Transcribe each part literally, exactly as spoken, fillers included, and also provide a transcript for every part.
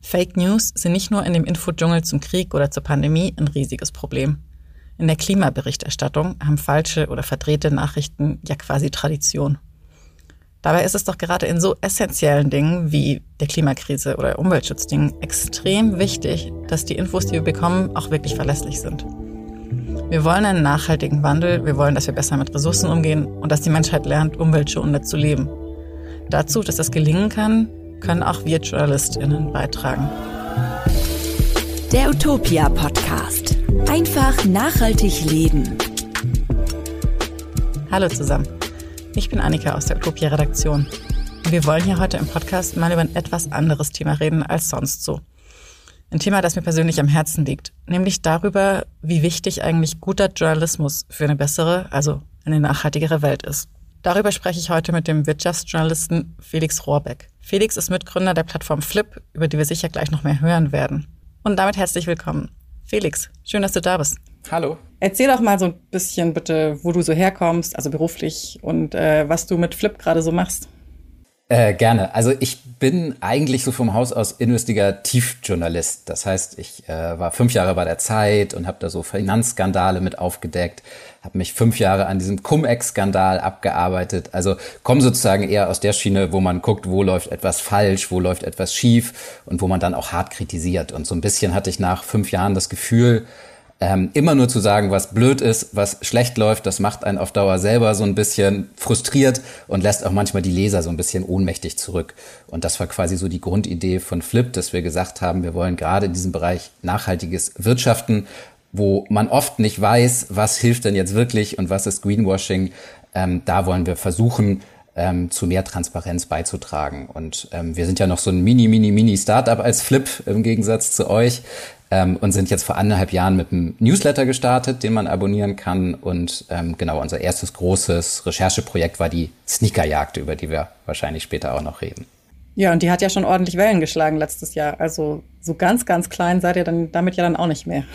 Fake News sind nicht nur in dem Infodschungel zum Krieg oder zur Pandemie ein riesiges Problem. In der Klimaberichterstattung haben falsche oder verdrehte Nachrichten ja quasi Tradition. Dabei ist es doch gerade in so essentiellen Dingen wie der Klimakrise oder Umweltschutzdingen extrem wichtig, dass die Infos, die wir bekommen, auch wirklich verlässlich sind. Wir wollen einen nachhaltigen Wandel, wir wollen, dass wir besser mit Ressourcen umgehen und dass die Menschheit lernt, umweltschonender zu leben. Dazu, dass das gelingen kann, können auch wir JournalistInnen beitragen. Der Utopia-Podcast. Einfach nachhaltig leben. Hallo zusammen, ich bin Annika aus der Utopia-Redaktion. Und wir wollen hier heute im Podcast mal über ein etwas anderes Thema reden als sonst so. Ein Thema, das mir persönlich am Herzen liegt, nämlich darüber, wie wichtig eigentlich guter Journalismus für eine bessere, also eine nachhaltigere Welt ist. Darüber spreche ich heute mit dem Wirtschaftsjournalisten Felix Rohrbeck. Felix ist Mitgründer der Plattform Flip, über die wir sicher gleich noch mehr hören werden. Und damit herzlich willkommen. Felix, schön, dass du da bist. Hallo. Erzähl doch mal so ein bisschen bitte, wo du so herkommst, also beruflich, und äh, was du mit Flip gerade so machst. Äh, gerne. Also ich bin eigentlich so vom Haus aus Investigativjournalist. Das heißt, ich äh, war fünf Jahre bei der Zeit und habe da so Finanzskandale mit aufgedeckt, habe mich fünf Jahre an diesem Cum-Ex-Skandal abgearbeitet. Also komme sozusagen eher aus der Schiene, wo man guckt, wo läuft etwas falsch, wo läuft etwas schief und wo man dann auch hart kritisiert. Und so ein bisschen hatte ich nach fünf Jahren das Gefühl, Ähm, immer nur zu sagen, was blöd ist, was schlecht läuft, das macht einen auf Dauer selber so ein bisschen frustriert und lässt auch manchmal die Leser so ein bisschen ohnmächtig zurück. Und das war quasi so die Grundidee von Flip, dass wir gesagt haben, wir wollen gerade in diesem Bereich nachhaltiges Wirtschaften, wo man oft nicht weiß, was hilft denn jetzt wirklich und was ist Greenwashing. Ähm, da wollen wir versuchen, ähm, zu mehr Transparenz beizutragen. Und ähm, wir sind ja noch so ein mini, mini, mini Startup als Flip im Gegensatz zu euch. Ähm, und sind jetzt vor anderthalb Jahren mit einem Newsletter gestartet, den man abonnieren kann. Und ähm, genau, unser erstes großes Rechercheprojekt war die Sneakerjagd, über die wir wahrscheinlich später auch noch reden. Ja, und die hat ja schon ordentlich Wellen geschlagen letztes Jahr. Also so ganz, ganz klein seid ihr dann damit ja dann auch nicht mehr.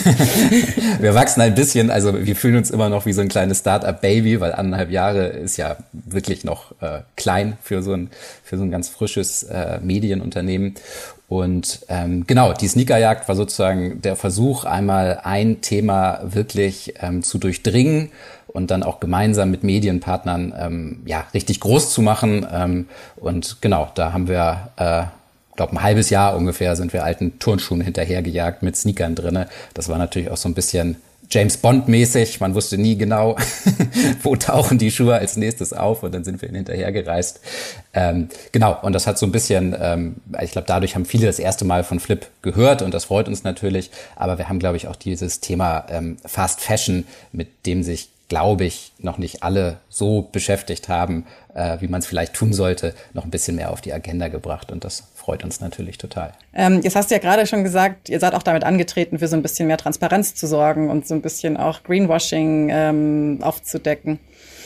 Wir wachsen ein bisschen, also wir fühlen uns immer noch wie so ein kleines Start-up-Baby, weil anderthalb Jahre ist ja wirklich noch äh, klein für so ein für so ein ganz frisches äh, Medienunternehmen. Und ähm, genau, die Sneakerjagd war sozusagen der Versuch, einmal ein Thema wirklich ähm, zu durchdringen und dann auch gemeinsam mit Medienpartnern ähm, ja richtig groß zu machen. Ähm, und genau, da haben wir, äh, glaube ein halbes Jahr ungefähr, sind wir alten Turnschuhen hinterhergejagt mit Sneakern drinne. Das war natürlich auch so ein bisschen James Bond-mäßig. Man wusste nie genau, wo tauchen die Schuhe als nächstes auf, und dann sind wir ihnen hinterhergereist. Ähm, genau, und das hat so ein bisschen, ähm, ich glaube, dadurch haben viele das erste Mal von Flip gehört und das freut uns natürlich. Aber wir haben, glaube ich, auch dieses Thema ähm, Fast Fashion, mit dem sich, glaube ich, noch nicht alle so beschäftigt haben, äh, wie man es vielleicht tun sollte, noch ein bisschen mehr auf die Agenda gebracht. Und das freut uns natürlich total. Ähm, jetzt hast du ja gerade schon gesagt, ihr seid auch damit angetreten, für so ein bisschen mehr Transparenz zu sorgen und so ein bisschen auch Greenwashing ähm, aufzudecken.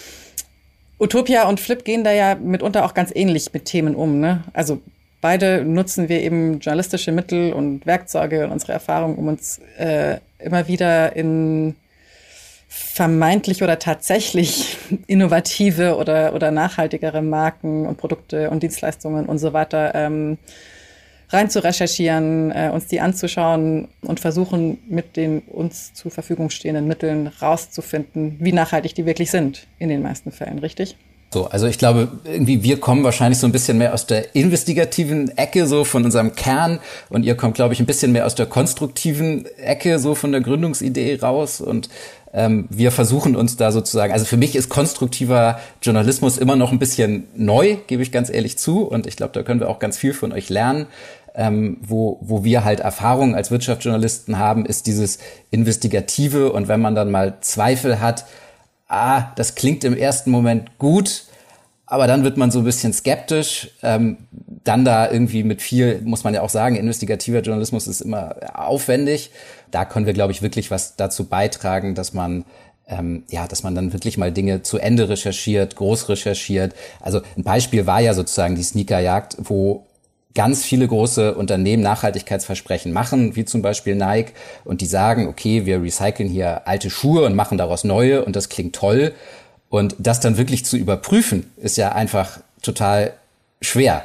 Utopia und Flip gehen da ja mitunter auch ganz ähnlich mit Themen um, ne? Also beide nutzen wir eben journalistische Mittel und Werkzeuge und unsere Erfahrungen, um uns äh, immer wieder in vermeintlich oder tatsächlich innovative oder, oder nachhaltigere Marken und Produkte und Dienstleistungen und so weiter ähm, rein zu recherchieren, äh, uns die anzuschauen und versuchen, mit den uns zur Verfügung stehenden Mitteln rauszufinden, wie nachhaltig die wirklich sind, in den meisten Fällen, richtig? So, also ich glaube, irgendwie wir kommen wahrscheinlich so ein bisschen mehr aus der investigativen Ecke, so von unserem Kern, und ihr kommt, glaube ich, ein bisschen mehr aus der konstruktiven Ecke, so von der Gründungsidee raus, und ähm, wir versuchen uns da sozusagen, also für mich ist konstruktiver Journalismus immer noch ein bisschen neu, gebe ich ganz ehrlich zu, und ich glaube, da können wir auch ganz viel von euch lernen. Ähm, wo, wo wir halt Erfahrungen als Wirtschaftsjournalisten haben, ist dieses Investigative, und wenn man dann mal Zweifel hat, ah, das klingt im ersten Moment gut, aber dann wird man so ein bisschen skeptisch. Ähm, dann da irgendwie mit viel, muss man ja auch sagen, investigativer Journalismus ist immer aufwendig. Da können wir, glaube ich, wirklich was dazu beitragen, dass man ähm, ja, dass man dann wirklich mal Dinge zu Ende recherchiert, groß recherchiert. Also ein Beispiel war ja sozusagen die Sneakerjagd, wo ganz viele große Unternehmen Nachhaltigkeitsversprechen machen, wie zum Beispiel Nike, und die sagen, okay, wir recyceln hier alte Schuhe und machen daraus neue, und das klingt toll. Und das dann wirklich zu überprüfen, ist ja einfach total schwer.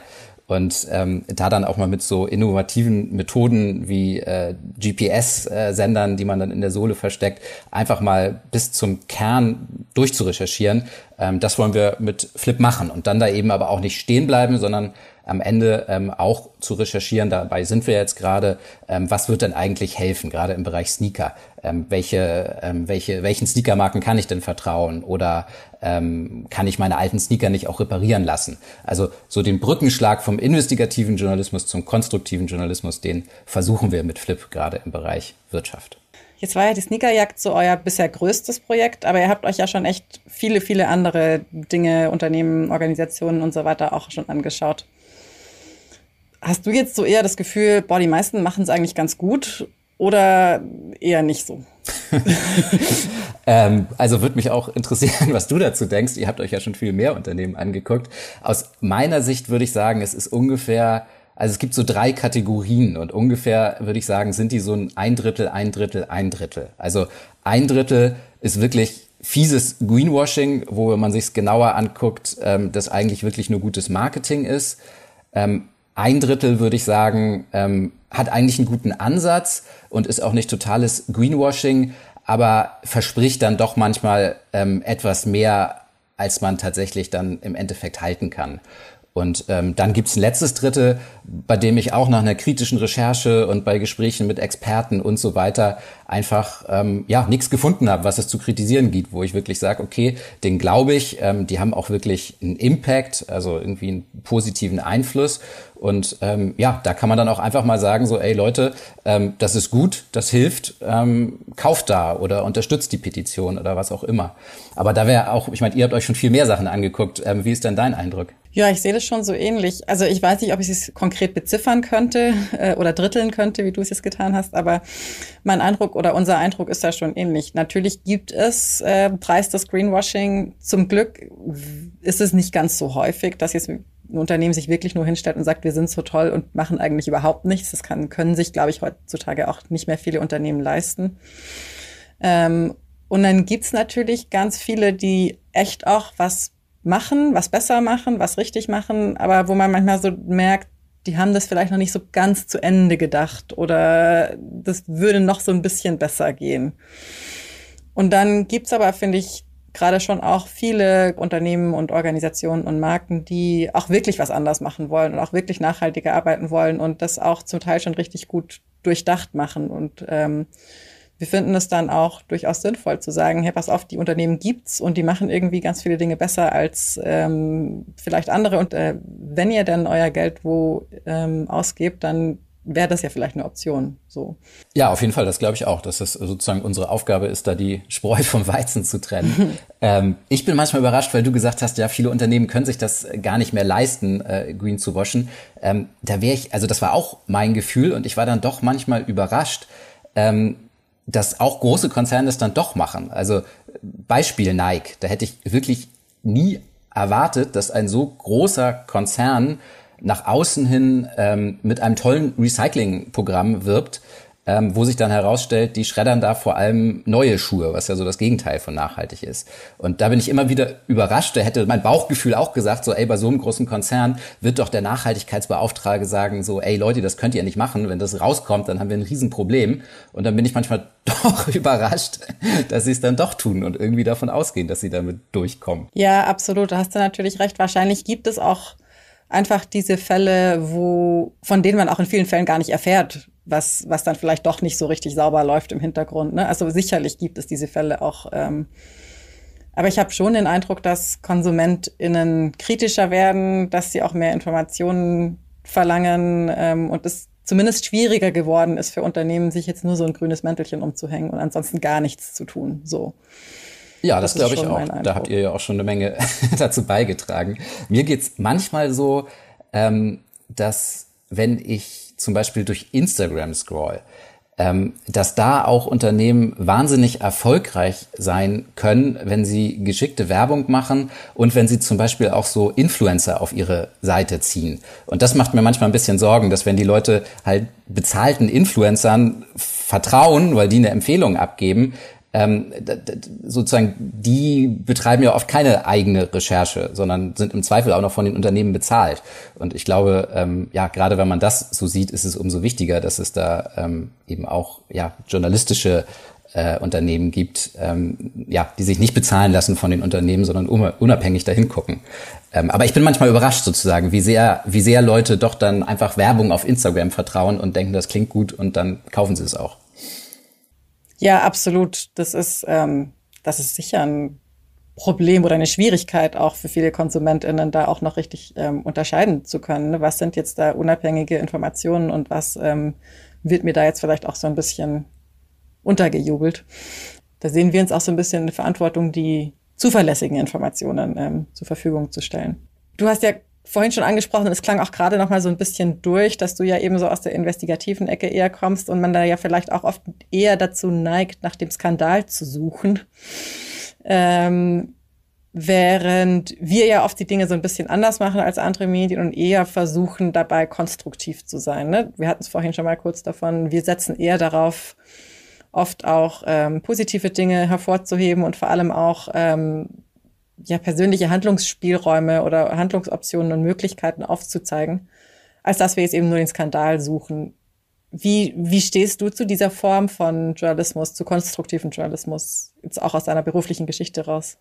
Und ähm, da dann auch mal mit so innovativen Methoden wie äh, G P S-Sendern, die man dann in der Sohle versteckt, einfach mal bis zum Kern durchzurecherchieren. Ähm, das wollen wir mit Flip machen und dann da eben aber auch nicht stehen bleiben, sondern am Ende ähm, auch zu recherchieren, dabei sind wir jetzt gerade, ähm, was wird denn eigentlich helfen, gerade im Bereich Sneaker? Ähm, welche, ähm, welche, welchen Sneakermarken kann ich denn vertrauen? Oder ähm, kann ich meine alten Sneaker nicht auch reparieren lassen? Also so den Brückenschlag vom investigativen Journalismus zum konstruktiven Journalismus, den versuchen wir mit Flip gerade im Bereich Wirtschaft. Jetzt war ja die Sneakerjagd so euer bisher größtes Projekt, aber ihr habt euch ja schon echt viele, viele andere Dinge, Unternehmen, Organisationen und so weiter auch schon angeschaut. Hast du jetzt so eher das Gefühl, boah, die meisten machen es eigentlich ganz gut oder eher nicht so? ähm, also würde mich auch interessieren, was du dazu denkst. Ihr habt euch ja schon viel mehr Unternehmen angeguckt. Aus meiner Sicht würde ich sagen, es ist ungefähr, also es gibt so drei Kategorien und ungefähr würde ich sagen, sind die so ein ein Drittel, ein Drittel, ein Drittel. Also ein Drittel ist wirklich fieses Greenwashing, wo man sich es genauer anguckt, ähm, das eigentlich wirklich nur gutes Marketing ist. Ähm, Ein Drittel, würde ich sagen, ähm, hat eigentlich einen guten Ansatz und ist auch nicht totales Greenwashing, aber verspricht dann doch manchmal ähm, etwas mehr, als man tatsächlich dann im Endeffekt halten kann. Und ähm, dann gibt's ein letztes Drittel, bei dem ich auch nach einer kritischen Recherche und bei Gesprächen mit Experten und so weiter einfach ähm, ja nichts gefunden habe, was es zu kritisieren gibt, wo ich wirklich sage, okay, den glaube ich, ähm, die haben auch wirklich einen Impact, also irgendwie einen positiven Einfluss. Und ähm, ja, da kann man dann auch einfach mal sagen, so, ey Leute, ähm, das ist gut, das hilft, ähm, kauft da oder unterstützt die Petition oder was auch immer. Aber da wäre auch, ich meine, ihr habt euch schon viel mehr Sachen angeguckt. Ähm, wie ist denn dein Eindruck? Ja, ich sehe das schon so ähnlich. Also ich weiß nicht, ob ich es konkret beziffern könnte äh, oder dritteln könnte, wie du es jetzt getan hast, aber mein Eindruck oder unser Eindruck ist da schon ähnlich. Natürlich gibt es äh, dreistes Greenwashing. Zum Glück ist es nicht ganz so häufig, dass jetzt ein Unternehmen sich wirklich nur hinstellt und sagt, wir sind so toll und machen eigentlich überhaupt nichts. Das kann, können sich, glaube ich, heutzutage auch nicht mehr viele Unternehmen leisten. Ähm, und dann gibt's natürlich ganz viele, die echt auch was machen, was besser machen, was richtig machen, aber wo man manchmal so merkt, die haben das vielleicht noch nicht so ganz zu Ende gedacht oder das würde noch so ein bisschen besser gehen. Und dann gibt's aber, finde ich, gerade schon auch viele Unternehmen und Organisationen und Marken, die auch wirklich was anders machen wollen und auch wirklich nachhaltiger arbeiten wollen und das auch zum Teil schon richtig gut durchdacht machen. Und ähm, wir finden es dann auch durchaus sinnvoll zu sagen, hey, pass auf, die Unternehmen gibt's und die machen irgendwie ganz viele Dinge besser als ähm, vielleicht andere. Und äh, wenn ihr dann euer Geld wo ähm, ausgebt, dann wäre das ja vielleicht eine Option. So. Ja, auf jeden Fall, das glaube ich auch, dass es sozusagen unsere Aufgabe ist, da die Spreu vom Weizen zu trennen. ähm, ich bin manchmal überrascht, weil du gesagt hast, ja, viele Unternehmen können sich das gar nicht mehr leisten, äh, green zu waschen. Ähm, da wäre ich, also das war auch mein Gefühl und ich war dann doch manchmal überrascht, ähm, dass auch große Konzerne das dann doch machen. Also Beispiel Nike, da hätte ich wirklich nie erwartet, dass ein so großer Konzern nach außen hin ähm, mit einem tollen Recycling-Programm wirbt, ähm, wo sich dann herausstellt, die schreddern da vor allem neue Schuhe, was ja so das Gegenteil von nachhaltig ist. Und da bin ich immer wieder überrascht. Da hätte mein Bauchgefühl auch gesagt, so ey, bei so einem großen Konzern wird doch der Nachhaltigkeitsbeauftragte sagen, so ey Leute, das könnt ihr nicht machen. Wenn das rauskommt, dann haben wir ein Riesenproblem. Und dann bin ich manchmal doch überrascht, dass sie es dann doch tun und irgendwie davon ausgehen, dass sie damit durchkommen. Ja, absolut. Da hast du natürlich recht. Wahrscheinlich gibt es auch einfach diese Fälle, wo, von denen man auch in vielen Fällen gar nicht erfährt, was, was dann vielleicht doch nicht so richtig sauber läuft im Hintergrund, ne? Also sicherlich gibt es diese Fälle auch. Ähm, aber ich habe schon den Eindruck, dass KonsumentInnen kritischer werden, dass sie auch mehr Informationen verlangen ähm, und es zumindest schwieriger geworden ist für Unternehmen, sich jetzt nur so ein grünes Mäntelchen umzuhängen und ansonsten gar nichts zu tun. So. Ja, das, das glaube ich auch. Da habt ihr ja auch schon eine Menge dazu beigetragen. Mir geht's manchmal so, ähm, dass wenn ich zum Beispiel durch Instagram scroll, ähm, dass da auch Unternehmen wahnsinnig erfolgreich sein können, wenn sie geschickte Werbung machen und wenn sie zum Beispiel auch so Influencer auf ihre Seite ziehen. Und das macht mir manchmal ein bisschen Sorgen, dass wenn die Leute halt bezahlten Influencern vertrauen, weil die eine Empfehlung abgeben, ähm, d- d- sozusagen, die betreiben ja oft keine eigene Recherche, sondern sind im Zweifel auch noch von den Unternehmen bezahlt. Und ich glaube, ähm, ja, gerade wenn man das so sieht, ist es umso wichtiger, dass es da ähm, eben auch ja journalistische äh, Unternehmen gibt, ähm, ja, die sich nicht bezahlen lassen von den Unternehmen, sondern unabhängig dahin gucken. Ähm, aber ich bin manchmal überrascht sozusagen, wie sehr, wie sehr Leute doch dann einfach Werbung auf Instagram vertrauen und denken, das klingt gut und dann kaufen sie es auch. Ja, absolut. Das ist, ähm, das ist sicher ein Problem oder eine Schwierigkeit auch für viele KonsumentInnen, da auch noch richtig ähm, unterscheiden zu können. Ne? Was sind jetzt da unabhängige Informationen und was ähm, wird mir da jetzt vielleicht auch so ein bisschen untergejubelt? Da sehen wir uns auch so ein bisschen eine Verantwortung, die zuverlässigen Informationen ähm, zur Verfügung zu stellen. Du hast ja vorhin schon angesprochen, und es klang auch gerade noch mal so ein bisschen durch, dass du ja eben so aus der investigativen Ecke eher kommst und man da ja vielleicht auch oft eher dazu neigt, nach dem Skandal zu suchen. Ähm, während wir ja oft die Dinge so ein bisschen anders machen als andere Medien und eher versuchen, dabei konstruktiv zu sein. Ne? Wir hatten es vorhin schon mal kurz davon, wir setzen eher darauf, oft auch ähm, positive Dinge hervorzuheben und vor allem auch ähm, ja, persönliche Handlungsspielräume oder Handlungsoptionen und Möglichkeiten aufzuzeigen, als dass wir jetzt eben nur den Skandal suchen. Wie, wie stehst du zu dieser Form von Journalismus, zu konstruktiven Journalismus, jetzt auch aus deiner beruflichen Geschichte raus?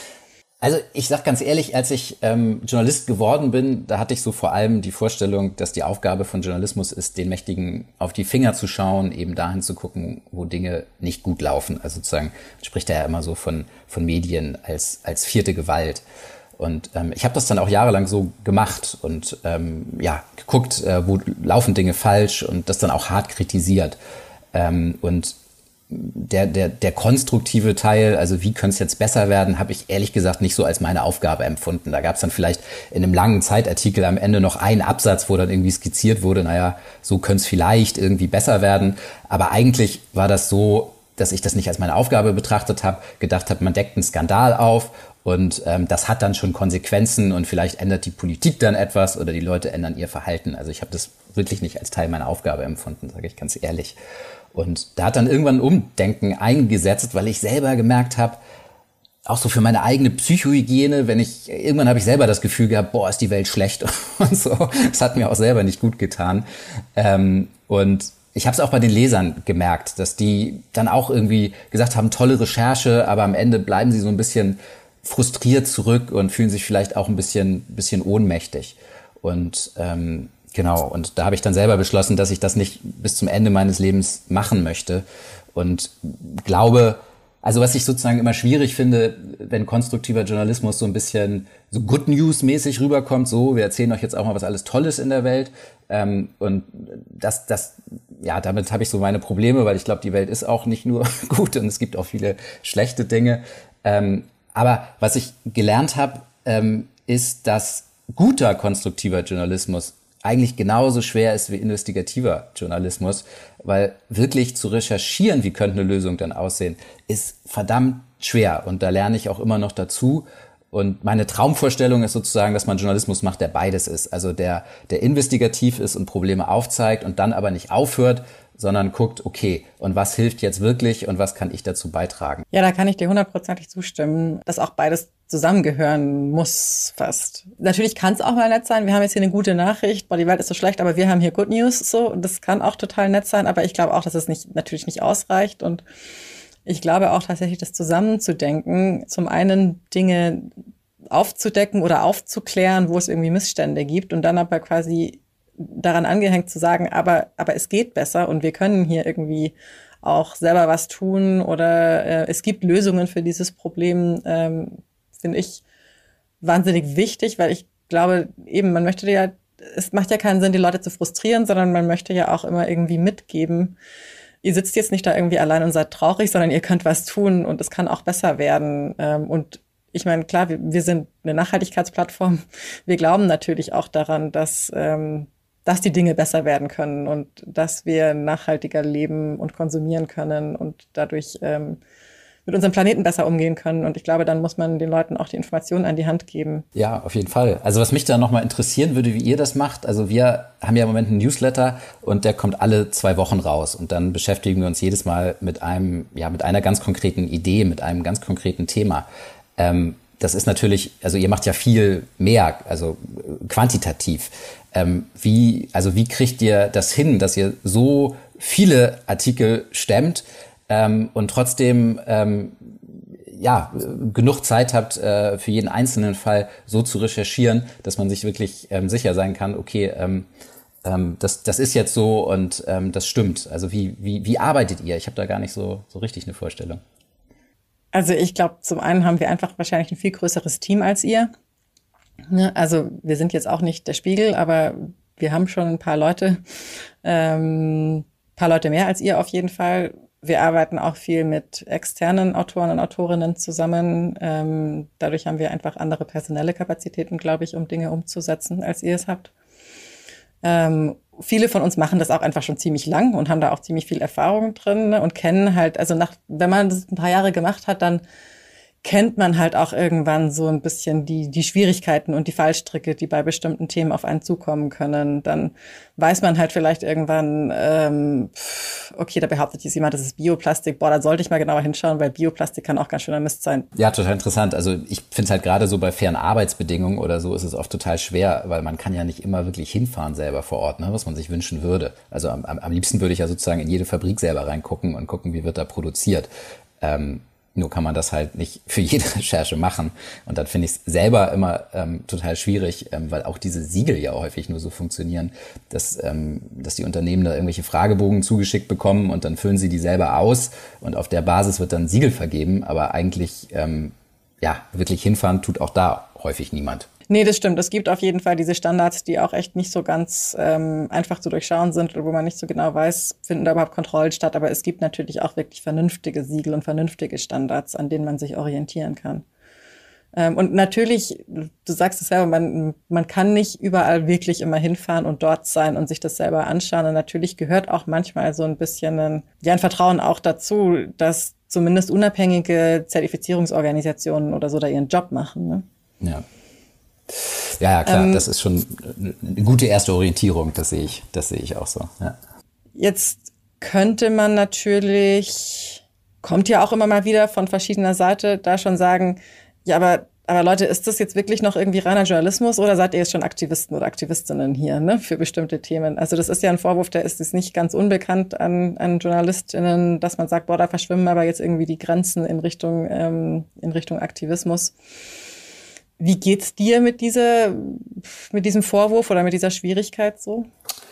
Also ich sag ganz ehrlich, als ich ähm, Journalist geworden bin, da hatte ich so vor allem die Vorstellung, dass die Aufgabe von Journalismus ist, den Mächtigen auf die Finger zu schauen, eben dahin zu gucken, wo Dinge nicht gut laufen. Also sozusagen, man spricht ja immer so von von Medien als als vierte Gewalt. Und ähm, ich habe das dann auch jahrelang so gemacht und ähm, ja geguckt, äh, wo laufen Dinge falsch und das dann auch hart kritisiert. Ähm, und Der, der, der konstruktive Teil, also wie könnte es jetzt besser werden, habe ich ehrlich gesagt nicht so als meine Aufgabe empfunden. Da gab es dann vielleicht in einem langen Zeitartikel am Ende noch einen Absatz, wo dann irgendwie skizziert wurde, naja, so könnte es vielleicht irgendwie besser werden. Aber eigentlich war das so, dass ich das nicht als meine Aufgabe betrachtet habe, gedacht habe, man deckt einen Skandal auf und ähm, das hat dann schon Konsequenzen und vielleicht ändert die Politik dann etwas oder die Leute ändern ihr Verhalten. Also ich habe das wirklich nicht als Teil meiner Aufgabe empfunden, sage ich ganz ehrlich. Und da hat dann irgendwann ein Umdenken eingesetzt, weil ich selber gemerkt habe, auch so für meine eigene Psychohygiene, wenn ich, irgendwann habe ich selber das Gefühl gehabt, boah, ist die Welt schlecht und so. Das hat mir auch selber nicht gut getan. Ähm, und ich habe es auch bei den Lesern gemerkt, dass die dann auch irgendwie gesagt haben, tolle Recherche, aber am Ende bleiben sie so ein bisschen frustriert zurück und fühlen sich vielleicht auch ein bisschen, bisschen ohnmächtig. Und ähm, Genau, und da habe ich dann selber beschlossen, dass ich das nicht bis zum Ende meines Lebens machen möchte und glaube, also was ich sozusagen immer schwierig finde, wenn konstruktiver Journalismus so ein bisschen so Good News-mäßig rüberkommt, so, wir erzählen euch jetzt auch mal was alles Tolles in der Welt ähm, und das, das, ja, damit habe ich so meine Probleme, weil ich glaube, die Welt ist auch nicht nur gut und es gibt auch viele schlechte Dinge, ähm, aber was ich gelernt habe, ähm, ist, dass guter konstruktiver Journalismus eigentlich genauso schwer ist wie investigativer Journalismus, weil wirklich zu recherchieren, wie könnte eine Lösung dann aussehen, ist verdammt schwer und da lerne ich auch immer noch dazu und meine Traumvorstellung ist sozusagen, dass man Journalismus macht, der beides ist, also der, der investigativ ist und Probleme aufzeigt und dann aber nicht aufhört, sondern guckt, okay, und was hilft jetzt wirklich und was kann ich dazu beitragen? Ja, da kann ich dir hundertprozentig zustimmen, dass auch beides zusammengehören muss fast. Natürlich kann es auch mal nett sein, wir haben jetzt hier eine gute Nachricht, boah, die Welt ist so schlecht, aber wir haben hier Good News, so, und das kann auch total nett sein, aber ich glaube auch, dass es nicht, natürlich nicht ausreicht und ich glaube auch tatsächlich, das zusammenzudenken, zum einen Dinge aufzudecken oder aufzuklären, wo es irgendwie Missstände gibt und dann aber quasi daran angehängt zu sagen, aber, aber es geht besser und wir können hier irgendwie auch selber was tun oder äh, es gibt Lösungen für dieses Problem, ähm, finde ich wahnsinnig wichtig, weil ich glaube eben, man möchte ja, es macht ja keinen Sinn, die Leute zu frustrieren, sondern man möchte ja auch immer irgendwie mitgeben, ihr sitzt jetzt nicht da irgendwie allein und seid traurig, sondern ihr könnt was tun und es kann auch besser werden. Ähm, und ich meine, klar, wir, wir sind eine Nachhaltigkeitsplattform. Wir glauben natürlich auch daran, dass ähm, dass die Dinge besser werden können und dass wir nachhaltiger leben und konsumieren können und dadurch ähm, mit unserem Planeten besser umgehen können. Und ich glaube, dann muss man den Leuten auch die Informationen an die Hand geben. Ja, auf jeden Fall. Also was mich da nochmal interessieren würde, wie ihr das macht. Also wir haben ja im Moment einen Newsletter und der kommt alle zwei Wochen raus. Und dann beschäftigen wir uns jedes Mal mit einem, ja, mit einer ganz konkreten Idee, mit einem ganz konkreten Thema. Ähm, das ist natürlich, also ihr macht ja viel mehr, also quantitativ. Ähm, wie, also wie kriegt ihr das hin, dass ihr so viele Artikel stemmt ähm, und trotzdem ähm, ja genug Zeit habt, äh, für jeden einzelnen Fall so zu recherchieren, dass man sich wirklich ähm, sicher sein kann, okay, ähm, ähm, das, das ist jetzt so und ähm, das stimmt. Also wie, wie, wie arbeitet ihr? Ich habe da gar nicht so, so richtig eine Vorstellung. Also ich glaube, zum einen haben wir einfach wahrscheinlich ein viel größeres Team als ihr. Also wir sind jetzt auch nicht der Spiegel, aber wir haben schon ein paar Leute, ähm, paar Leute mehr als ihr auf jeden Fall. Wir arbeiten auch viel mit externen Autoren und Autorinnen zusammen. Ähm, dadurch haben wir einfach andere personelle Kapazitäten, glaube ich, um Dinge umzusetzen, als ihr es habt. Ähm, viele von uns machen das auch einfach schon ziemlich lang und haben da auch ziemlich viel Erfahrung drin, ne, und kennen halt, also nach, wenn man das ein paar Jahre gemacht hat, dann kennt man halt auch irgendwann so ein bisschen die die Schwierigkeiten und die Fallstricke, die bei bestimmten Themen auf einen zukommen können. Dann weiß man halt vielleicht irgendwann, ähm, okay, da behauptet jetzt jemand, das ist Bioplastik. Boah, da sollte ich mal genauer hinschauen, weil Bioplastik kann auch ganz schöner Mist sein. Ja, total interessant. Also ich finde es halt gerade so bei fairen Arbeitsbedingungen oder so ist es oft total schwer, weil man kann ja nicht immer wirklich hinfahren selber vor Ort, ne, was man sich wünschen würde. Also am, am liebsten würde ich ja sozusagen in jede Fabrik selber reingucken und gucken, wie wird da produziert. Ähm, Nur kann man das halt nicht für jede Recherche machen. Und dann finde ich es selber immer ähm, total schwierig, ähm, weil auch diese Siegel ja häufig nur so funktionieren, dass, ähm, dass die Unternehmen da irgendwelche Fragebogen zugeschickt bekommen und dann füllen sie die selber aus und auf der Basis wird dann Siegel vergeben. Aber eigentlich, ähm, ja, wirklich hinfahren tut auch da häufig niemand. Nee, das stimmt. Es gibt auf jeden Fall diese Standards, die auch echt nicht so ganz ähm, einfach zu durchschauen sind oder wo man nicht so genau weiß, finden da überhaupt Kontrollen statt. Aber es gibt natürlich auch wirklich vernünftige Siegel und vernünftige Standards, an denen man sich orientieren kann. Ähm, und natürlich, du sagst es selber, man, man kann nicht überall wirklich immer hinfahren und dort sein und sich das selber anschauen. Und natürlich gehört auch manchmal so ein bisschen ein, ja, ein Vertrauen auch dazu, dass zumindest unabhängige Zertifizierungsorganisationen oder so da ihren Job machen, ne? Ja. Ja, ja, klar, ähm, das ist schon eine gute erste Orientierung, das sehe ich, das sehe ich auch so, ja. Jetzt könnte man natürlich, kommt ja auch immer mal wieder von verschiedener Seite, da schon sagen, ja, aber, aber Leute, ist das jetzt wirklich noch irgendwie reiner Journalismus oder seid ihr jetzt schon Aktivisten oder Aktivistinnen hier, ne, für bestimmte Themen? Also das ist ja ein Vorwurf, der ist jetzt nicht ganz unbekannt an, an JournalistInnen, dass man sagt, boah, da verschwimmen aber jetzt irgendwie die Grenzen in Richtung, ähm, in Richtung Aktivismus. Wie geht's dir mit dieser, mit diesem Vorwurf oder mit dieser Schwierigkeit so?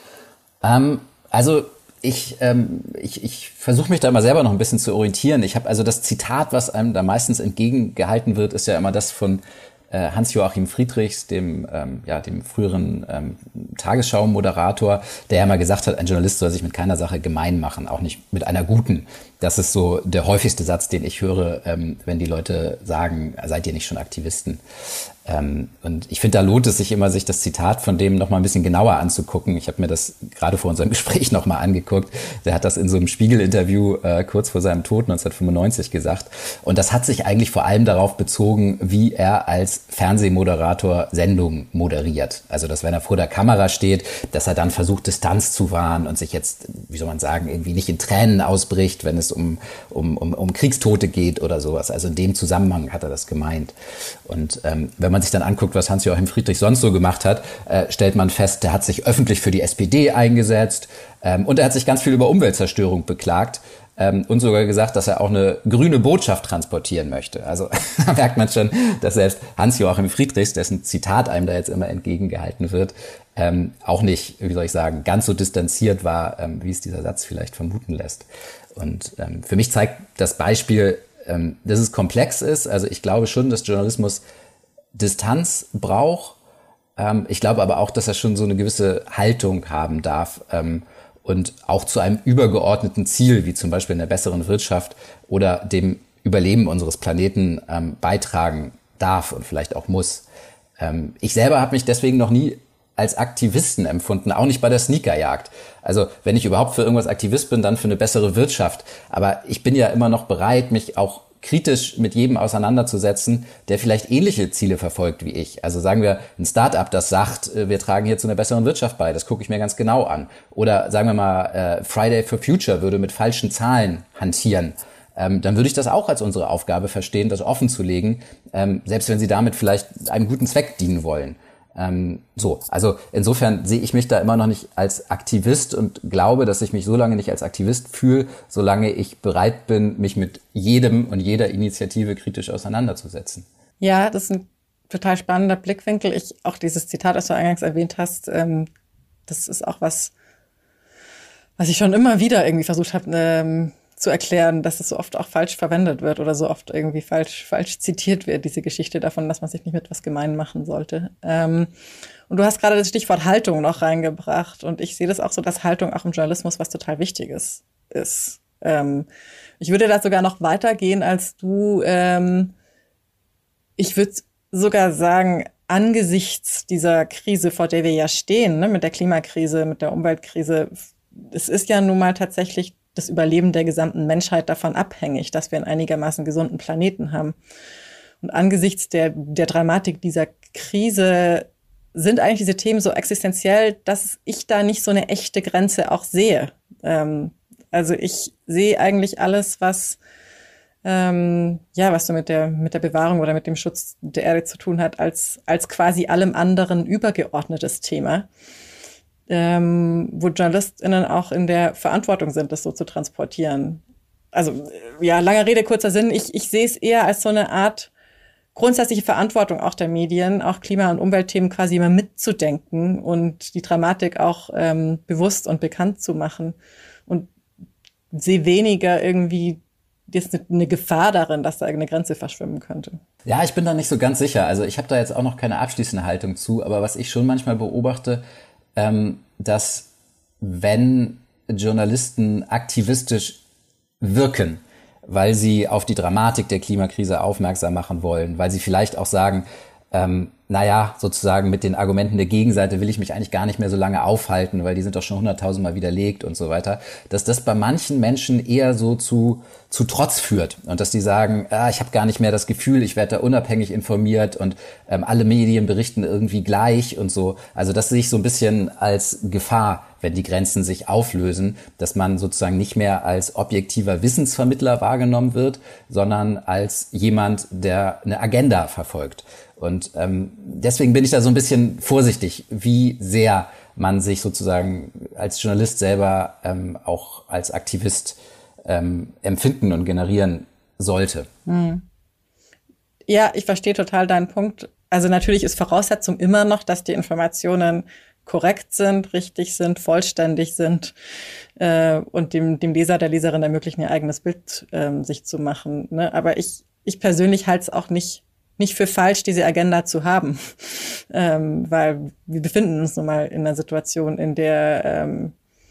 Ähm, also ich, ähm, ich, ich versuche mich da immer selber noch ein bisschen zu orientieren. Ich habe also das Zitat, was einem da meistens entgegengehalten wird, ist ja immer das von äh, Hans-Joachim Friedrichs, dem, ähm, ja, dem früheren ähm, Tagesschau-Moderator, der ja mal gesagt hat, ein Journalist soll sich mit keiner Sache gemein machen, auch nicht mit einer guten. Das ist so der häufigste Satz, den ich höre, ähm, wenn die Leute sagen, seid ihr nicht schon Aktivisten? Ähm, und ich finde, da lohnt es sich immer, sich das Zitat von dem noch mal ein bisschen genauer anzugucken. Ich habe mir das gerade vor unserem Gespräch noch mal angeguckt. Der hat das in so einem Spiegel-Interview äh, kurz vor seinem Tod neunzehnhundertfünfundneunzig gesagt. Und das hat sich eigentlich vor allem darauf bezogen, wie er als Fernsehmoderator Sendungen moderiert. Also, dass wenn er vor der Kamera steht, dass er dann versucht, Distanz zu wahren und sich jetzt, wie soll man sagen, irgendwie nicht in Tränen ausbricht, wenn es um, um, um, um Kriegstote geht oder sowas. Also in dem Zusammenhang hat er das gemeint. Und ähm, wenn man sich dann anguckt, was Hans-Joachim Friedrich sonst so gemacht hat, äh, stellt man fest, der hat sich öffentlich für die S P D eingesetzt ähm, und er hat sich ganz viel über Umweltzerstörung beklagt ähm, und sogar gesagt, dass er auch eine grüne Botschaft transportieren möchte. Also da merkt man schon, dass selbst Hans-Joachim Friedrichs, dessen Zitat einem da jetzt immer entgegengehalten wird, ähm, auch nicht, wie soll ich sagen, ganz so distanziert war, ähm, wie es dieser Satz vielleicht vermuten lässt. Und ähm, für mich zeigt das Beispiel, ähm, dass es komplex ist. Also ich glaube schon, dass Journalismus Distanz braucht. Ähm, ich glaube aber auch, dass er schon so eine gewisse Haltung haben darf ähm, und auch zu einem übergeordneten Ziel, wie zum Beispiel in der besseren Wirtschaft oder dem Überleben unseres Planeten ähm, beitragen darf und vielleicht auch muss. Ähm, ich selber habe mich deswegen noch nie als Aktivisten empfunden, auch nicht bei der Sneakerjagd. Also wenn ich überhaupt für irgendwas Aktivist bin, dann für eine bessere Wirtschaft. Aber ich bin ja immer noch bereit, mich auch kritisch mit jedem auseinanderzusetzen, der vielleicht ähnliche Ziele verfolgt wie ich. Also sagen wir, ein Start-up, das sagt, wir tragen hier zu einer besseren Wirtschaft bei, das gucke ich mir ganz genau an. Oder sagen wir mal, Friday for Future würde mit falschen Zahlen hantieren. Ähm, dann würde ich das auch als unsere Aufgabe verstehen, das offen zu legen, ähm, selbst wenn sie damit vielleicht einem guten Zweck dienen wollen. Ähm, so, also insofern sehe ich mich da immer noch nicht als Aktivist und glaube, dass ich mich so lange nicht als Aktivist fühle, solange ich bereit bin, mich mit jedem und jeder Initiative kritisch auseinanderzusetzen. Ja, das ist ein total spannender Blickwinkel. Ich auch dieses Zitat, das du eingangs erwähnt hast, ähm, das ist auch was, was ich schon immer wieder irgendwie versucht habe, ähm, zu erklären, dass es so oft auch falsch verwendet wird oder so oft irgendwie falsch falsch zitiert wird, diese Geschichte davon, dass man sich nicht mit was gemein machen sollte. Ähm, und du hast gerade das Stichwort Haltung noch reingebracht und ich sehe das auch so, dass Haltung auch im Journalismus was total Wichtiges ist. Ähm, ich würde da sogar noch weitergehen als du. Ähm, ich würde sogar sagen, angesichts dieser Krise, vor der wir ja stehen, ne, mit der Klimakrise, mit der Umweltkrise, es ist ja nun mal tatsächlich das Überleben der gesamten Menschheit davon abhängig, dass wir einen einigermaßen gesunden Planeten haben. Und angesichts der, der Dramatik dieser Krise sind eigentlich diese Themen so existenziell, dass ich da nicht so eine echte Grenze auch sehe. Ähm, also ich sehe eigentlich alles, was ähm, ja, was so mit der mit der Bewahrung oder mit dem Schutz der Erde zu tun hat, als als quasi allem anderen übergeordnetes Thema. Ähm, wo JournalistInnen auch in der Verantwortung sind, das so zu transportieren. Also, ja, langer Rede, kurzer Sinn. Ich, ich sehe es eher als so eine Art grundsätzliche Verantwortung auch der Medien, auch Klima- und Umweltthemen quasi immer mitzudenken und die Dramatik auch ähm, bewusst und bekannt zu machen. Und sehe weniger irgendwie jetzt eine Gefahr darin, dass da eine Grenze verschwimmen könnte. Ja, ich bin da nicht so ganz sicher. Also ich habe da jetzt auch noch keine abschließende Haltung zu, aber was ich schon manchmal beobachte, dass wenn Journalisten aktivistisch wirken, weil sie auf die Dramatik der Klimakrise aufmerksam machen wollen, weil sie vielleicht auch sagen, ähm, naja, sozusagen mit den Argumenten der Gegenseite will ich mich eigentlich gar nicht mehr so lange aufhalten, weil die sind doch schon hunderttausendmal widerlegt und so weiter, dass das bei manchen Menschen eher so zu zu Trotz führt und dass die sagen, ah, ich habe gar nicht mehr das Gefühl, ich werde da unabhängig informiert und ähm, alle Medien berichten irgendwie gleich und so. Also das sehe ich so ein bisschen als Gefahr, wenn die Grenzen sich auflösen, dass man sozusagen nicht mehr als objektiver Wissensvermittler wahrgenommen wird, sondern als jemand, der eine Agenda verfolgt. Und ähm, deswegen bin ich da so ein bisschen vorsichtig, wie sehr man sich sozusagen als Journalist selber ähm, auch als Aktivist ähm, empfinden und generieren sollte. Hm. Ja, ich verstehe total deinen Punkt. Also natürlich ist Voraussetzung immer noch, dass die Informationen korrekt sind, richtig sind, vollständig sind äh, und dem, dem Leser, der Leserin ermöglichen, ihr eigenes Bild ähm, sich zu machen. Ne? Aber ich, ich persönlich halte es auch nicht nicht für falsch, diese Agenda zu haben, ähm, weil wir befinden uns nun mal in einer Situation, in der ähm,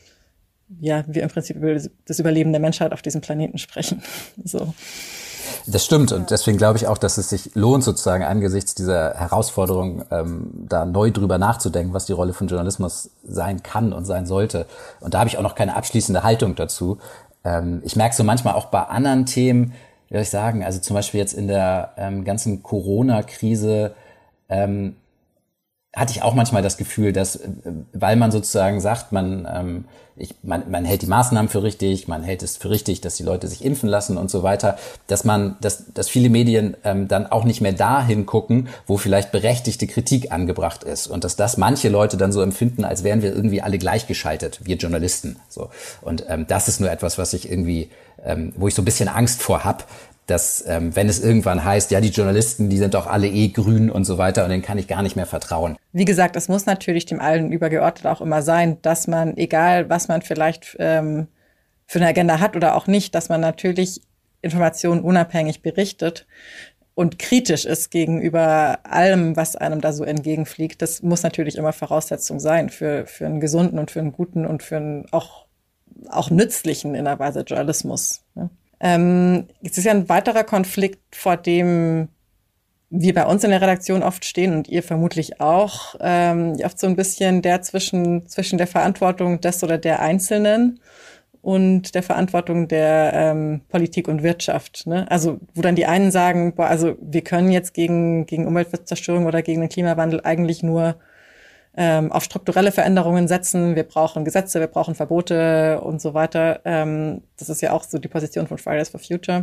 ja wir im Prinzip über das Überleben der Menschheit auf diesem Planeten sprechen. So. Das stimmt und deswegen glaube ich auch, dass es sich lohnt, sozusagen angesichts dieser Herausforderung ähm, da neu drüber nachzudenken, was die Rolle von Journalismus sein kann und sein sollte. Und da habe ich auch noch keine abschließende Haltung dazu. Ähm, ich merke so manchmal auch bei anderen Themen, wie soll ich sagen, also zum Beispiel jetzt in der ähm, ganzen Corona-Krise ähm, hatte ich auch manchmal das Gefühl, dass, äh, weil man sozusagen sagt, man, ähm, ich, man, man hält die Maßnahmen für richtig, man hält es für richtig, dass die Leute sich impfen lassen und so weiter, dass man, dass, dass viele Medien ähm, dann auch nicht mehr dahin gucken, wo vielleicht berechtigte Kritik angebracht ist und dass das manche Leute dann so empfinden, als wären wir irgendwie alle gleichgeschaltet, wir Journalisten. So. Und ähm, das ist nur etwas, was ich irgendwie Ähm, wo ich so ein bisschen Angst vor habe, dass ähm, wenn es irgendwann heißt, ja, die Journalisten, die sind doch alle eh grün und so weiter und denen kann ich gar nicht mehr vertrauen. Wie gesagt, es muss natürlich dem allen übergeordnet auch immer sein, dass man, egal was man vielleicht ähm, für eine Agenda hat oder auch nicht, dass man natürlich Informationen unabhängig berichtet und kritisch ist gegenüber allem, was einem da so entgegenfliegt. Das muss natürlich immer Voraussetzung sein für, für einen gesunden und für einen guten und für einen auch auch nützlichen in einer Weise Journalismus. Ne? Ähm, es ist ja ein weiterer Konflikt, vor dem wir bei uns in der Redaktion oft stehen und ihr vermutlich auch, ähm, oft so ein bisschen der zwischen, zwischen der Verantwortung des oder der Einzelnen und der Verantwortung der ähm, Politik und Wirtschaft. Ne? Also wo dann die einen sagen, boah, also wir können jetzt gegen, gegen Umweltzerstörung oder gegen den Klimawandel eigentlich nur ähm, auf strukturelle Veränderungen setzen. Wir brauchen Gesetze, wir brauchen Verbote und so weiter. Ähm, das ist ja auch so die Position von Fridays for Future.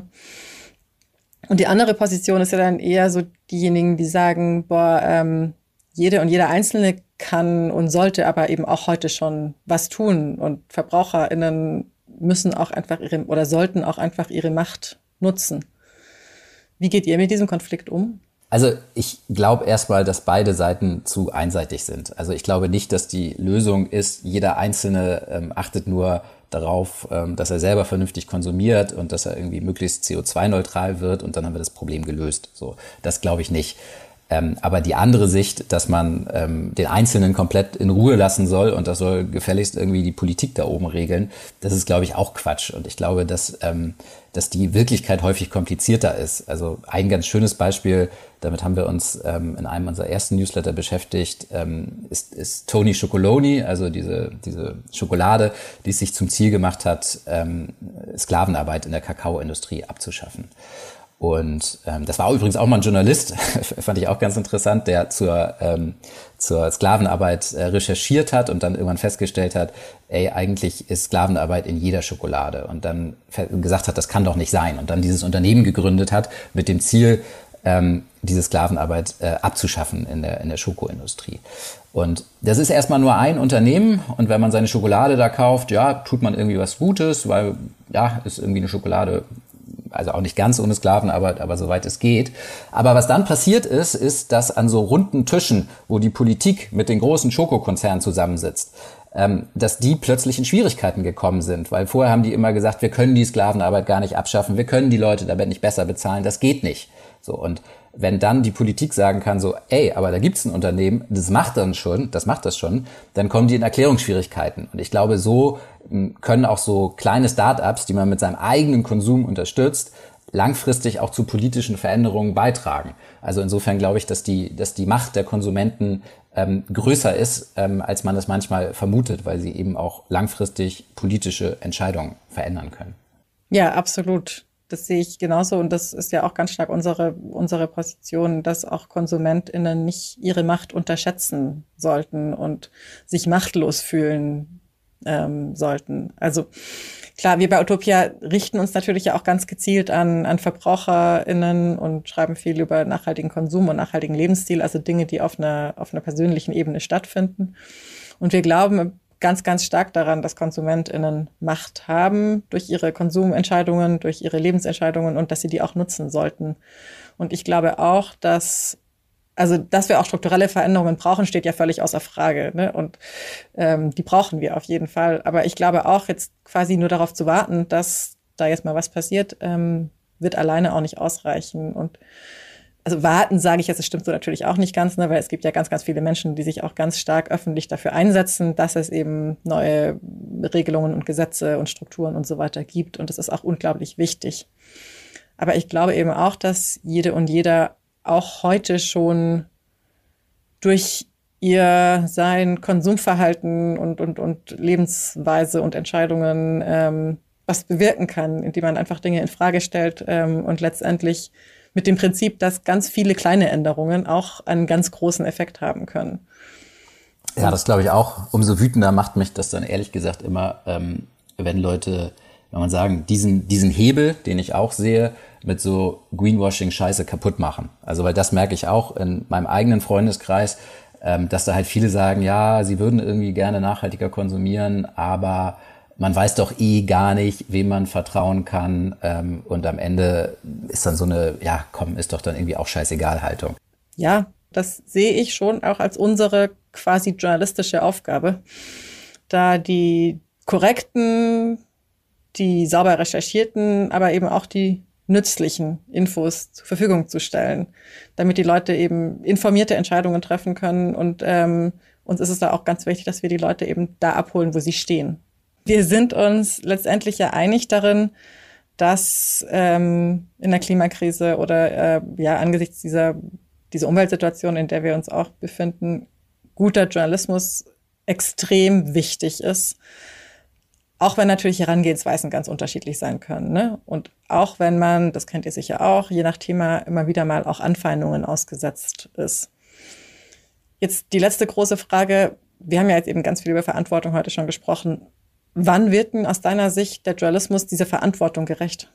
Und die andere Position ist ja dann eher so diejenigen, die sagen, boah, ähm, jede und jeder Einzelne kann und sollte aber eben auch heute schon was tun. Und VerbraucherInnen müssen auch einfach ihre oder sollten auch einfach ihre Macht nutzen. Wie geht ihr mit diesem Konflikt um? Also ich glaube erstmal, dass beide Seiten zu einseitig sind. Also ich glaube nicht, dass die Lösung ist, jeder Einzelne ähm, achtet nur darauf, ähm, dass er selber vernünftig konsumiert und dass er irgendwie möglichst C O zwei neutral wird und dann haben wir das Problem gelöst. So, das glaube ich nicht. Ähm, aber die andere Sicht, dass man ähm, den Einzelnen komplett in Ruhe lassen soll und das soll gefälligst irgendwie die Politik da oben regeln, das ist, glaube ich, auch Quatsch. Und ich glaube, dass, ähm, dass die Wirklichkeit häufig komplizierter ist. Also ein ganz schönes Beispiel, damit haben wir uns ähm, in einem unserer ersten Newsletter beschäftigt, ähm, ist, ist Tony Chocoloni, also diese, diese Schokolade, die es sich zum Ziel gemacht hat, ähm, Sklavenarbeit in der Kakaoindustrie abzuschaffen. Und ähm, das war übrigens auch mal ein Journalist, fand ich auch ganz interessant, der zur ähm, zur Sklavenarbeit äh, recherchiert hat und dann irgendwann festgestellt hat, ey, eigentlich ist Sklavenarbeit in jeder Schokolade. Und dann gesagt hat, das kann doch nicht sein. Und dann dieses Unternehmen gegründet hat mit dem Ziel, ähm, diese Sklavenarbeit äh, abzuschaffen in der in der Schokoindustrie. Und das ist erstmal nur ein Unternehmen. Und wenn man seine Schokolade da kauft, ja, tut man irgendwie was Gutes, weil ja, ist irgendwie eine Schokolade, also auch nicht ganz ohne Sklavenarbeit, aber soweit es geht. Aber was dann passiert ist, ist, dass an so runden Tischen, wo die Politik mit den großen Schokokonzernen zusammensitzt, ähm, dass die plötzlich in Schwierigkeiten gekommen sind. Weil vorher haben die immer gesagt, wir können die Sklavenarbeit gar nicht abschaffen, wir können die Leute damit nicht besser bezahlen, das geht nicht. So, und wenn dann die Politik sagen kann, so, ey, aber da gibt's ein Unternehmen, das macht dann schon, das macht das schon, dann kommen die in Erklärungsschwierigkeiten. Und ich glaube, so können auch so kleine Start-ups, die man mit seinem eigenen Konsum unterstützt, langfristig auch zu politischen Veränderungen beitragen. Also insofern glaube ich, dass die, dass die Macht der Konsumenten ähm, größer ist, ähm, als man das manchmal vermutet, weil sie eben auch langfristig politische Entscheidungen verändern können. Ja, absolut. Das sehe ich genauso und das ist ja auch ganz stark unsere, unsere Position, dass auch KonsumentInnen nicht ihre Macht unterschätzen sollten und sich machtlos fühlen ähm, sollten. Also klar, wir bei Utopia richten uns natürlich ja auch ganz gezielt an, an VerbraucherInnen und schreiben viel über nachhaltigen Konsum und nachhaltigen Lebensstil, also Dinge, die auf einer, auf einer persönlichen Ebene stattfinden. Und wir glauben ganz, ganz stark daran, dass KonsumentInnen Macht haben durch ihre Konsumentscheidungen, durch ihre Lebensentscheidungen und dass sie die auch nutzen sollten. Und ich glaube auch, dass, also, dass wir auch strukturelle Veränderungen brauchen, steht ja völlig außer Frage, ne? Und ähm, die brauchen wir auf jeden Fall. Aber ich glaube auch, jetzt quasi nur darauf zu warten, dass da jetzt mal was passiert, ähm, wird alleine auch nicht ausreichen. Und also warten, sage ich jetzt, das stimmt so natürlich auch nicht ganz, ne, weil es gibt ja ganz, ganz viele Menschen, die sich auch ganz stark öffentlich dafür einsetzen, dass es eben neue Regelungen und Gesetze und Strukturen und so weiter gibt. Und das ist auch unglaublich wichtig. Aber ich glaube eben auch, dass jede und jeder auch heute schon durch ihr sein Konsumverhalten und, und, und Lebensweise und Entscheidungen ähm, was bewirken kann, indem man einfach Dinge in Frage stellt ähm, und letztendlich mit dem Prinzip, dass ganz viele kleine Änderungen auch einen ganz großen Effekt haben können. Ja, das glaube ich auch. Umso wütender macht mich das dann ehrlich gesagt immer, ähm, wenn Leute, wenn man sagen, diesen diesen Hebel, den ich auch sehe, mit so Greenwashing-Scheiße kaputt machen. Also weil das merke ich auch in meinem eigenen Freundeskreis, ähm, dass da halt viele sagen, ja, sie würden irgendwie gerne nachhaltiger konsumieren, aber man weiß doch eh gar nicht, wem man vertrauen kann. Ähm, und am Ende ist dann so eine, ja, komm, ist doch dann irgendwie auch scheißegal Haltung. Ja, das sehe ich schon auch als unsere quasi journalistische Aufgabe, da die korrekten, die sauber recherchierten, aber eben auch die nützlichen Infos zur Verfügung zu stellen, damit die Leute eben informierte Entscheidungen treffen können. Und ähm, uns ist es da auch ganz wichtig, dass wir die Leute eben da abholen, wo sie stehen. Wir sind uns letztendlich ja einig darin, dass ähm, in der Klimakrise oder äh, ja angesichts dieser, dieser Umweltsituation, in der wir uns auch befinden, guter Journalismus extrem wichtig ist. Auch wenn natürlich Herangehensweisen ganz unterschiedlich sein können, ne? Und auch wenn man, das kennt ihr sicher auch, je nach Thema immer wieder mal auch Anfeindungen ausgesetzt ist. Jetzt die letzte große Frage. Wir haben ja jetzt eben ganz viel über Verantwortung heute schon gesprochen. Wann wird denn aus deiner Sicht der Journalismus dieser Verantwortung gerecht?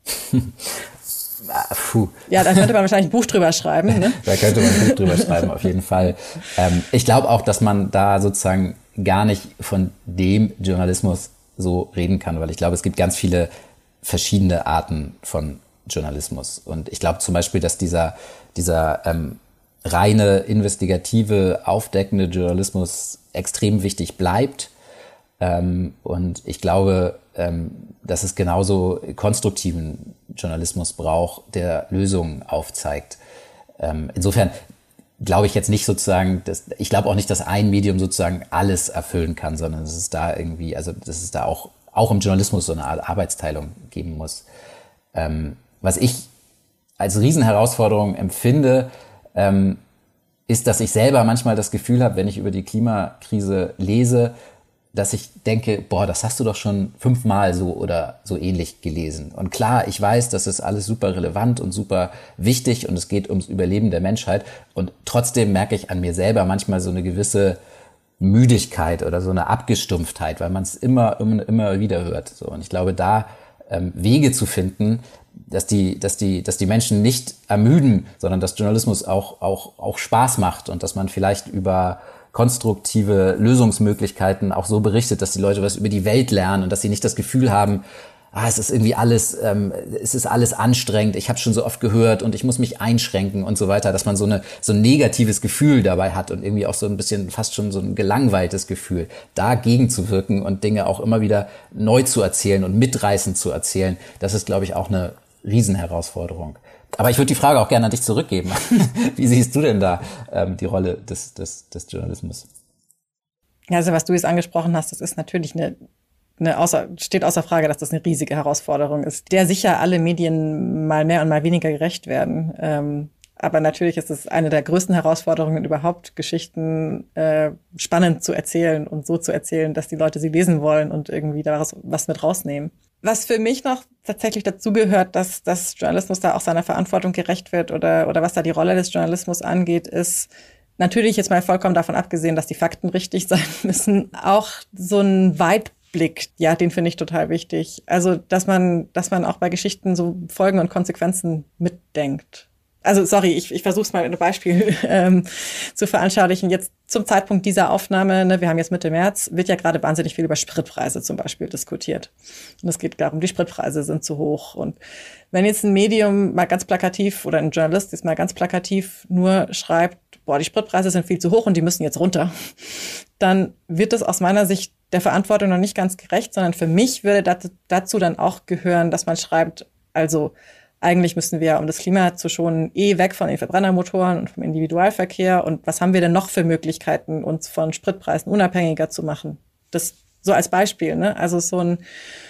Ah, puh. Ja, da könnte man wahrscheinlich ein Buch drüber schreiben. Ne? Da könnte man ein Buch drüber schreiben, auf jeden Fall. Ähm, ich glaube auch, dass man da sozusagen gar nicht von dem Journalismus so reden kann, weil ich glaube, es gibt ganz viele verschiedene Arten von Journalismus. Und ich glaube zum Beispiel, dass dieser, dieser ähm, reine, investigative, aufdeckende Journalismus extrem wichtig bleibt. Ähm, und ich glaube, ähm, dass es genauso konstruktiven Journalismus braucht, der Lösungen aufzeigt. Ähm, insofern glaube ich jetzt nicht sozusagen, dass, ich glaube auch nicht, dass ein Medium sozusagen alles erfüllen kann, sondern dass es da irgendwie, also dass es da auch, auch im Journalismus so eine Art Arbeitsteilung geben muss. Ähm, was ich als Riesenherausforderung empfinde, ähm, ist, dass ich selber manchmal das Gefühl habe, wenn ich über die Klimakrise lese, dass ich denke, boah, das hast du doch schon fünfmal so oder so ähnlich gelesen. Und klar, ich weiß, das ist alles super relevant und super wichtig und es geht ums Überleben der Menschheit. Und trotzdem merke ich an mir selber manchmal so eine gewisse Müdigkeit oder so eine Abgestumpftheit, weil man es immer, immer, immer wieder hört. So, und ich glaube, da ähm, Wege zu finden, dass die, dass die, dass die Menschen nicht ermüden, sondern dass Journalismus auch, auch, auch Spaß macht und dass man vielleicht über konstruktive Lösungsmöglichkeiten auch so berichtet, dass die Leute was über die Welt lernen und dass sie nicht das Gefühl haben, ah, es ist irgendwie alles, ähm, es ist alles anstrengend, ich habe schon so oft gehört und ich muss mich einschränken und so weiter, dass man so eine so ein negatives Gefühl dabei hat und irgendwie auch so ein bisschen fast schon so ein gelangweiltes Gefühl, dagegen zu wirken und Dinge auch immer wieder neu zu erzählen und mitreißend zu erzählen, das ist, glaube ich, auch eine Riesenherausforderung. Aber ich würde die Frage auch gerne an dich zurückgeben. Wie siehst du denn da ähm, die Rolle des, des, des Journalismus? Ja, also was du jetzt angesprochen hast, das ist natürlich eine, eine außer, steht außer Frage, dass das eine riesige Herausforderung ist, der sicher alle Medien mal mehr und mal weniger gerecht werden. Ähm, aber natürlich ist es eine der größten Herausforderungen überhaupt, Geschichten äh, spannend zu erzählen und so zu erzählen, dass die Leute sie lesen wollen und irgendwie daraus was mit rausnehmen. Was für mich noch tatsächlich dazugehört, dass, dass Journalismus da auch seiner Verantwortung gerecht wird oder, oder was da die Rolle des Journalismus angeht, ist natürlich jetzt mal vollkommen davon abgesehen, dass die Fakten richtig sein müssen, auch so ein Weitblick, ja, den finde ich total wichtig. Also, dass man, dass man auch bei Geschichten so Folgen und Konsequenzen mitdenkt. Also, sorry, ich, ich versuche es mal mit einem Beispiel ähm, zu veranschaulichen. Jetzt zum Zeitpunkt dieser Aufnahme, ne, wir haben jetzt Mitte März, wird ja gerade wahnsinnig viel über Spritpreise zum Beispiel diskutiert. Und es geht darum, die Spritpreise sind zu hoch. Und wenn jetzt ein Medium mal ganz plakativ oder ein Journalist jetzt mal ganz plakativ nur schreibt, boah, die Spritpreise sind viel zu hoch und die müssen jetzt runter, dann wird das aus meiner Sicht der Verantwortung noch nicht ganz gerecht, sondern für mich würde dazu dann auch gehören, dass man schreibt, also eigentlich müssen wir, um das Klima zu schonen, eh weg von den Verbrennermotoren und vom Individualverkehr. Und was haben wir denn noch für Möglichkeiten, uns von Spritpreisen unabhängiger zu machen? Das so als Beispiel, ne? Also so ein,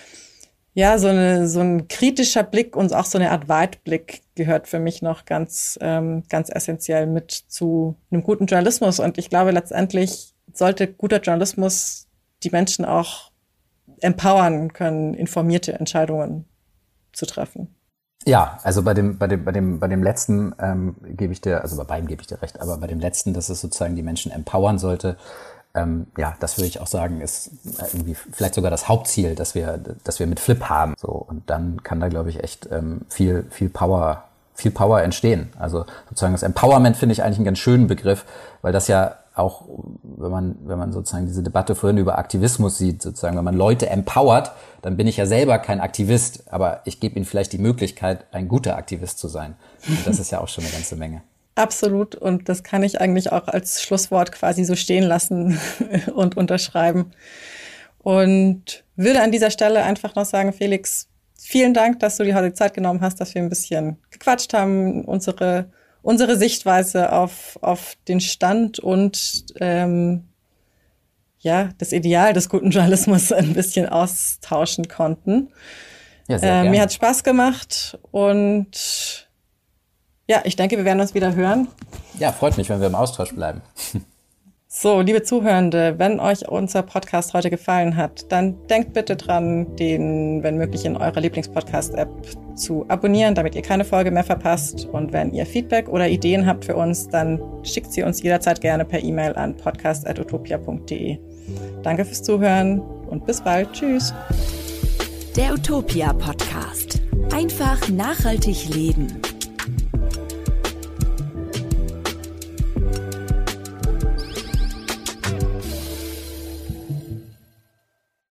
ja, so eine, so ein kritischer Blick und auch so eine Art Weitblick gehört für mich noch ganz, ähm, ganz essentiell mit zu einem guten Journalismus. Und ich glaube, letztendlich sollte guter Journalismus die Menschen auch empowern können, informierte Entscheidungen zu treffen. Ja, also bei dem, bei dem, bei dem, bei dem letzten ähm, gebe ich dir, also bei beiden gebe ich dir recht, aber bei dem letzten, dass es sozusagen die Menschen empowern sollte, ähm, ja, das würde ich auch sagen, ist irgendwie vielleicht sogar das Hauptziel, dass wir, dass wir mit Flip haben. So, und dann kann da, glaube ich, echt ähm, viel, viel Power, viel Power entstehen. Also sozusagen das Empowerment finde ich eigentlich einen ganz schönen Begriff, weil das ja auch, wenn man, wenn man sozusagen diese Debatte vorhin über Aktivismus sieht, sozusagen, wenn man Leute empowert, dann bin ich ja selber kein Aktivist, aber ich gebe ihnen vielleicht die Möglichkeit, ein guter Aktivist zu sein. Und das ist ja auch schon eine ganze Menge. Absolut. Und das kann ich eigentlich auch als Schlusswort quasi so stehen lassen und unterschreiben. Und würde an dieser Stelle einfach noch sagen, Felix, vielen Dank, dass du dir heute Zeit genommen hast, dass wir ein bisschen gequatscht haben, unsere unsere Sichtweise auf, auf den Stand und ähm, ja, das Ideal des guten Journalismus ein bisschen austauschen konnten. Ja, sehr äh, gerne. Mir hat Spaß gemacht und ja, ich denke, wir werden uns wieder hören. Ja, freut mich, wenn wir im Austausch bleiben. So, liebe Zuhörende, wenn euch unser Podcast heute gefallen hat, dann denkt bitte dran, den, wenn möglich, in eurer Lieblingspodcast-App zu abonnieren, damit ihr keine Folge mehr verpasst. Und wenn ihr Feedback oder Ideen habt für uns, dann schickt sie uns jederzeit gerne per E-Mail an podcast at utopia punkt de. Danke fürs Zuhören und bis bald. Tschüss. Der Utopia Podcast. Einfach nachhaltig leben.